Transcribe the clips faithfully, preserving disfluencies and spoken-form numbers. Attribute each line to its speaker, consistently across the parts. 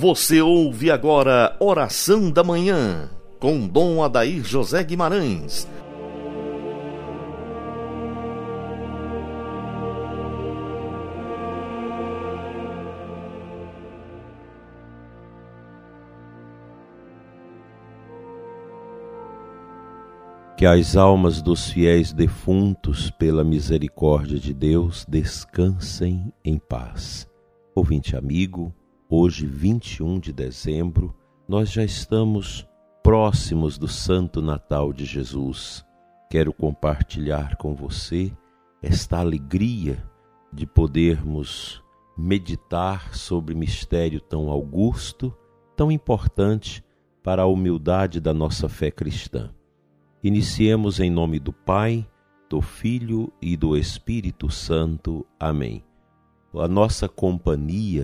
Speaker 1: Você ouve agora Oração da Manhã, com Dom Adair José Guimarães.
Speaker 2: Que as almas dos fiéis defuntos, pela misericórdia de Deus, descansem em paz. Ouvinte amigo, hoje, vinte e um de dezembro, nós já estamos próximos do Santo Natal de Jesus. Quero compartilhar com você esta alegria de podermos meditar sobre mistério tão augusto, tão importante para a humildade da nossa fé cristã. Iniciemos em nome do Pai, do Filho e do Espírito Santo. Amém. A nossa companhia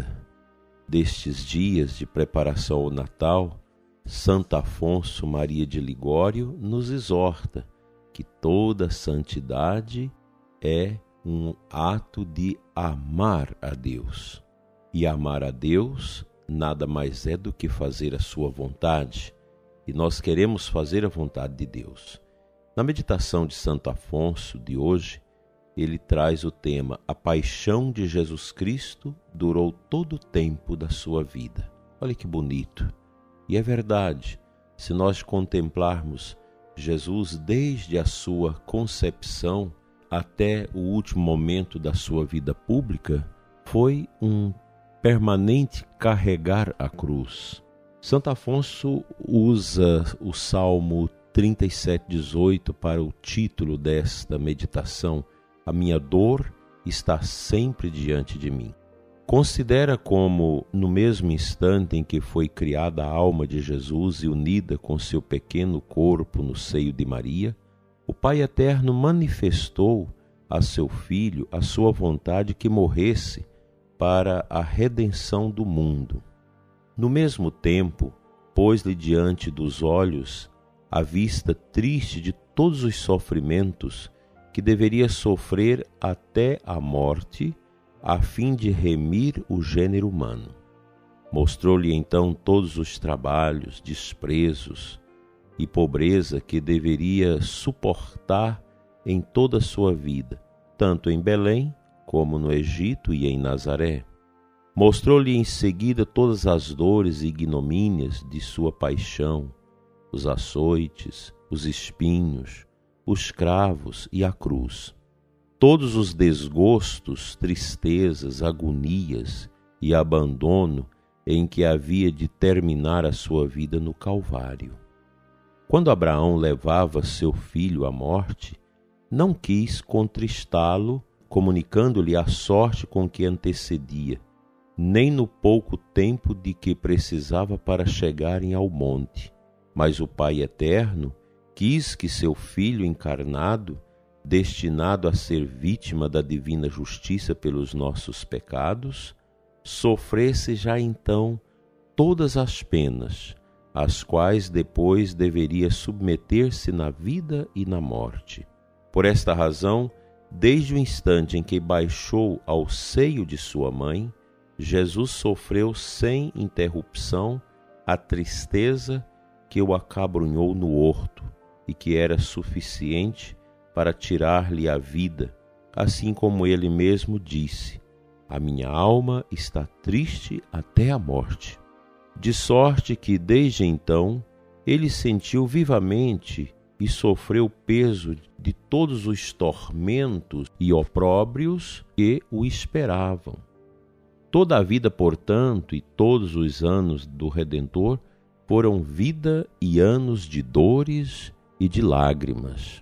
Speaker 2: destes dias de preparação ao Natal, Santo Afonso Maria de Ligório nos exorta que toda santidade é um ato de amar a Deus. E amar a Deus nada mais é do que fazer a sua vontade. E nós queremos fazer a vontade de Deus. Na meditação de Santo Afonso de hoje, ele traz o tema: a paixão de Jesus Cristo durou todo o tempo da sua vida. Olha que bonito. E é verdade, se nós contemplarmos Jesus desde a sua concepção até o último momento da sua vida pública, foi um permanente carregar a cruz. Santo Afonso usa o Salmo trinta e sete, dezoito para o título desta meditação: a minha dor está sempre diante de mim. Considera como, no mesmo instante em que foi criada a alma de Jesus e unida com seu pequeno corpo no seio de Maria, o Pai Eterno manifestou a seu Filho a sua vontade que morresse para a redenção do mundo. No mesmo tempo, pôs-lhe diante dos olhos a vista triste de todos os sofrimentos que deveria sofrer até a morte, a fim de remir o gênero humano. Mostrou-lhe então todos os trabalhos, desprezos e pobreza que deveria suportar em toda a sua vida, tanto em Belém como no Egito e em Nazaré. Mostrou-lhe em seguida todas as dores e ignomínias de sua paixão, os açoites, os espinhos, os cravos e a cruz. Todos os desgostos, tristezas, agonias e abandono em que havia de terminar a sua vida no Calvário. Quando Abraão levava seu filho à morte, não quis contristá-lo, comunicando-lhe a sorte com que antecedia, nem no pouco tempo de que precisava para chegarem ao monte. Mas o Pai Eterno quis que seu Filho encarnado, destinado a ser vítima da divina justiça pelos nossos pecados, sofresse já então todas as penas, às quais depois deveria submeter-se na vida e na morte. Por esta razão, desde o instante em que baixou ao seio de sua mãe, Jesus sofreu sem interrupção a tristeza que o acabrunhou no horto e que era suficiente para tirar-lhe a vida, assim como ele mesmo disse: a minha alma está triste até a morte. De sorte que, desde então, ele sentiu vivamente e sofreu o peso de todos os tormentos e opróbrios que o esperavam. Toda a vida, portanto, e todos os anos do Redentor foram vida e anos de dores e de lágrimas.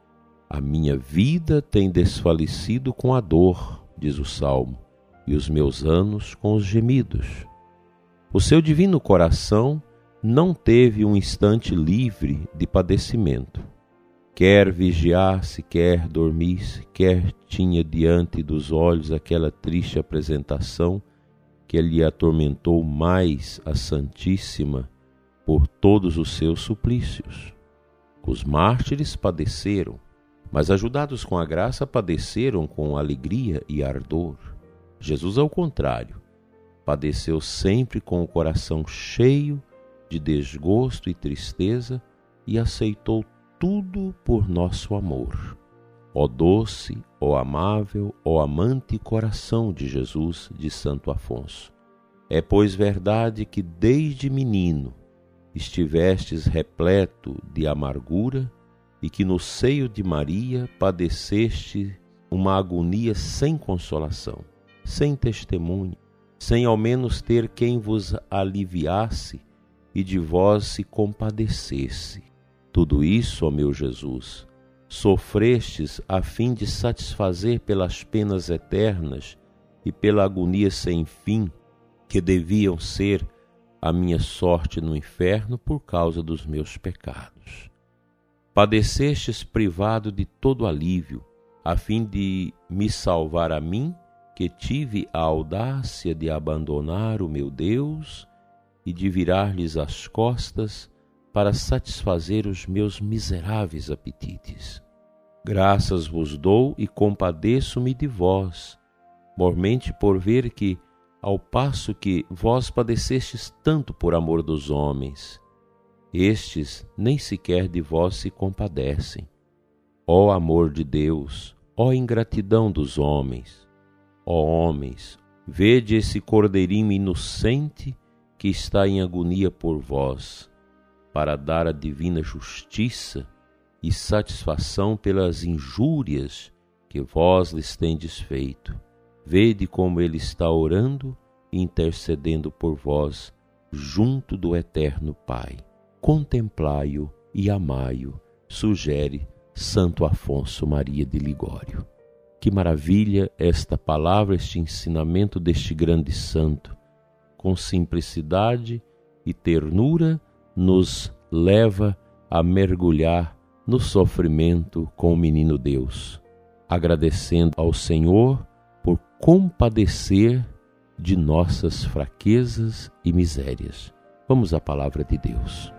Speaker 2: A minha vida tem desfalecido com a dor, diz o Salmo, e os meus anos com os gemidos. O seu divino coração não teve um instante livre de padecimento. Quer vigiasse, quer dormisse, quer tinha diante dos olhos aquela triste apresentação que lhe atormentou mais a Santíssima por todos os seus suplícios. Os mártires padeceram, mas ajudados com a graça padeceram com alegria e ardor. Jesus, ao contrário, padeceu sempre com o coração cheio de desgosto e tristeza e aceitou tudo por nosso amor. Ó doce, ó amável, ó amante coração de Jesus, de Santo Afonso, é pois verdade que desde menino estivestes repleto de amargura e que no seio de Maria padeceste uma agonia sem consolação, sem testemunho, sem ao menos ter quem vos aliviasse e de vós se compadecesse. Tudo isso, ó meu Jesus, sofrestes a fim de satisfazer pelas penas eternas e pela agonia sem fim que deviam ser a minha sorte no inferno por causa dos meus pecados. Padecestes privado de todo alívio, a fim de me salvar a mim, que tive a audácia de abandonar o meu Deus e de virar-lhes as costas para satisfazer os meus miseráveis apetites. Graças vos dou e compadeço-me de vós, mormente por ver que, ao passo que vós padecestes tanto por amor dos homens, estes nem sequer de vós se compadecem. Ó amor de Deus, ó ingratidão dos homens, ó homens, vede esse cordeirinho inocente que está em agonia por vós, para dar a divina justiça e satisfação pelas injúrias que vós lhes tendes feito. Vede como ele está orando e intercedendo por vós junto do eterno Pai. Contemplai-o e amai-o, sugere Santo Afonso Maria de Ligório. Que maravilha esta palavra, este ensinamento deste grande santo. Com simplicidade e ternura nos leva a mergulhar no sofrimento com o menino Deus, agradecendo ao Senhor por compadecer de nossas fraquezas e misérias. Vamos à palavra de Deus.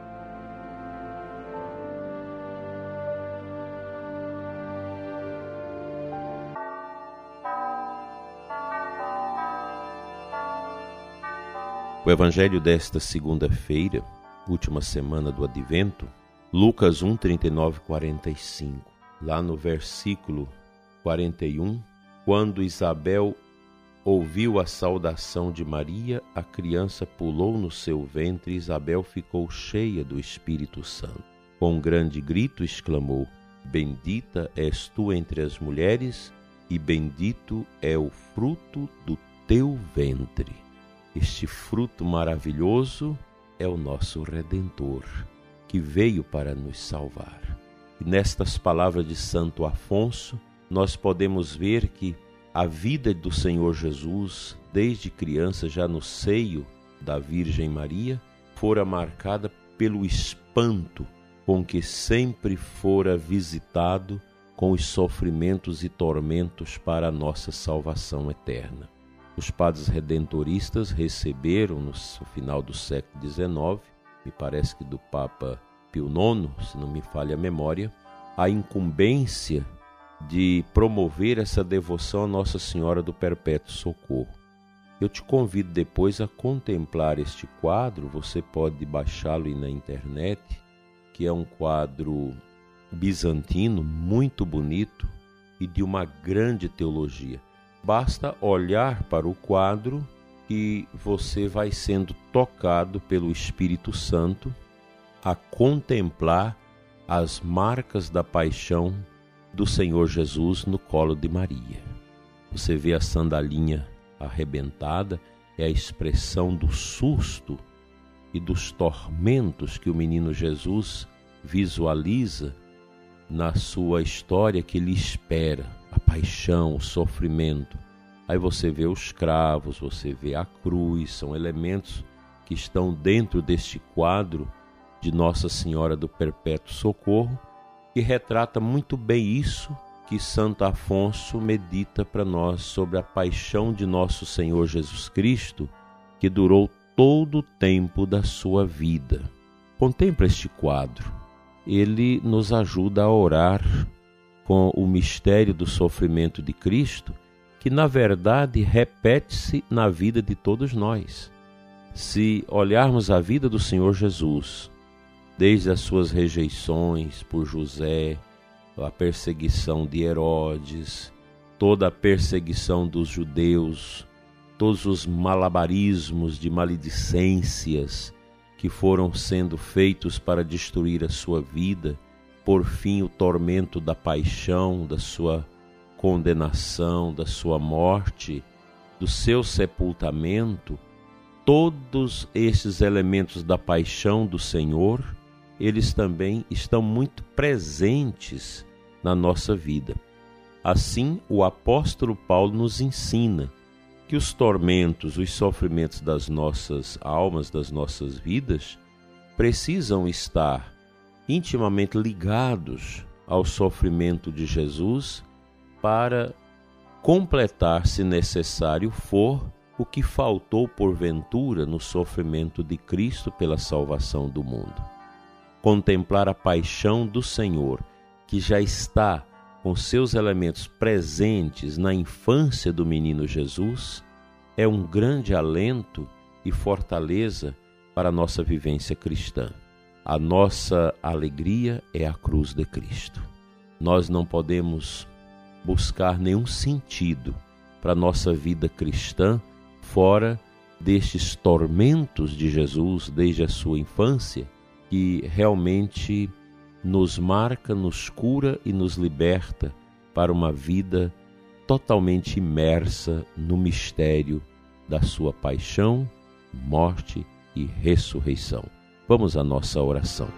Speaker 2: O Evangelho desta segunda-feira, última semana do Advento, Lucas um, trinta e nove, quarenta e cinco. Lá no versículo quarenta e um, quando Isabel ouviu a saudação de Maria, a criança pulou no seu ventre e Isabel ficou cheia do Espírito Santo. Com um grande grito exclamou: Bendita és tu entre as mulheres e bendito é o fruto do teu ventre. Este fruto maravilhoso é o nosso Redentor, que veio para nos salvar. E nestas palavras de Santo Afonso, nós podemos ver que a vida do Senhor Jesus, desde criança, já no seio da Virgem Maria, fora marcada pelo espanto com que sempre fora visitado com os sofrimentos e tormentos para a nossa salvação eterna. Os padres redentoristas receberam, no final do século dezenove, me parece que do Papa Pio nono, se não me falha a memória, a incumbência de promover essa devoção a Nossa Senhora do Perpétuo Socorro. Eu te convido depois a contemplar este quadro, você pode baixá-lo aí na internet, que é um quadro bizantino, muito bonito e de uma grande teologia. Basta olhar para o quadro e você vai sendo tocado pelo Espírito Santo a contemplar as marcas da paixão do Senhor Jesus no colo de Maria. Você vê a sandalinha arrebentada, é a expressão do susto e dos tormentos que o menino Jesus visualiza na sua história que lhe espera, a paixão, o sofrimento. Aí você vê os cravos, você vê a cruz, são elementos que estão dentro deste quadro de Nossa Senhora do Perpétuo Socorro, que retrata muito bem isso que Santo Afonso medita para nós sobre a paixão de nosso Senhor Jesus Cristo, que durou todo o tempo da sua vida. Contempla este quadro. Ele nos ajuda a orar com o mistério do sofrimento de Cristo que na verdade repete-se na vida de todos nós. Se olharmos a vida do Senhor Jesus, desde as suas rejeições por José, a perseguição de Herodes, toda a perseguição dos judeus, todos os malabarismos de maledicências que foram sendo feitos para destruir a sua vida, por fim o tormento da paixão, da sua condenação, da sua morte, do seu sepultamento, todos esses elementos da paixão do Senhor, eles também estão muito presentes na nossa vida. Assim, o apóstolo Paulo nos ensina que os tormentos, os sofrimentos das nossas almas, das nossas vidas, precisam estar intimamente ligados ao sofrimento de Jesus para completar, se necessário for, o que faltou porventura no sofrimento de Cristo pela salvação do mundo. Contemplar a paixão do Senhor, que já está com seus elementos presentes na infância do menino Jesus, é um grande alento e fortaleza para a nossa vivência cristã. A nossa alegria é a cruz de Cristo. Nós não podemos buscar nenhum sentido para a nossa vida cristã fora destes tormentos de Jesus desde a sua infância, que realmente nos marca, nos cura e nos liberta para uma vida totalmente imersa no mistério da sua paixão, morte e ressurreição. Vamos à nossa oração.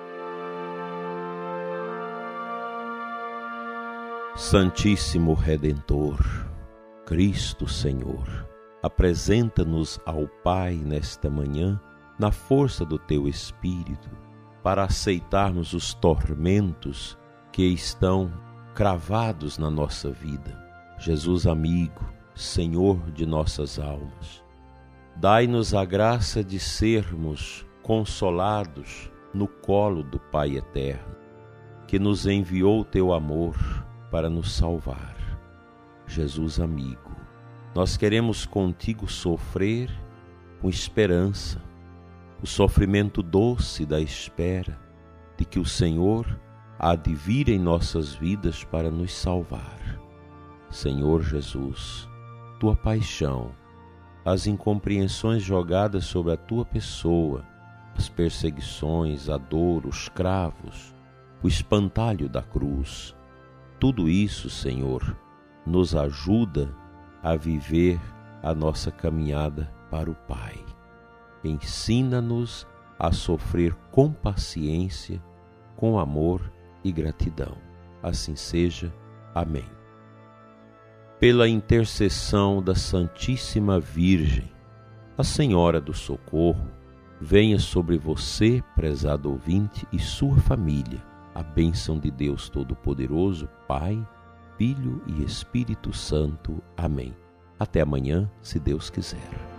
Speaker 2: Santíssimo Redentor, Cristo Senhor, apresenta-nos ao Pai nesta manhã, na força do Teu Espírito, para aceitarmos os tormentos que estão cravados na nossa vida. Jesus amigo, Senhor de nossas almas, dai-nos a graça de sermos consolados no colo do Pai Eterno, que nos enviou o Teu amor para nos salvar. Jesus amigo, nós queremos contigo sofrer com esperança, o sofrimento doce da espera de que o Senhor há de vir em nossas vidas para nos salvar. Senhor Jesus, Tua paixão, as incompreensões jogadas sobre a Tua pessoa, as perseguições, a dor, os cravos, o espantalho da cruz, tudo isso, Senhor, nos ajuda a viver a nossa caminhada para o Pai. Ensina-nos a sofrer com paciência, com amor e gratidão. Assim seja. Amém. Pela intercessão da Santíssima Virgem, a Senhora do Socorro, venha sobre você, prezado ouvinte, e sua família, a bênção de Deus Todo-Poderoso, Pai, Filho e Espírito Santo. Amém. Até amanhã, se Deus quiser.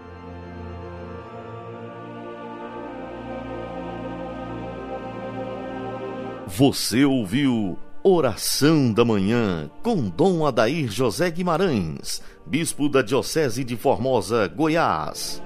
Speaker 1: Você ouviu Oração da Manhã com Dom Adair José Guimarães, Bispo da Diocese de Formosa, Goiás.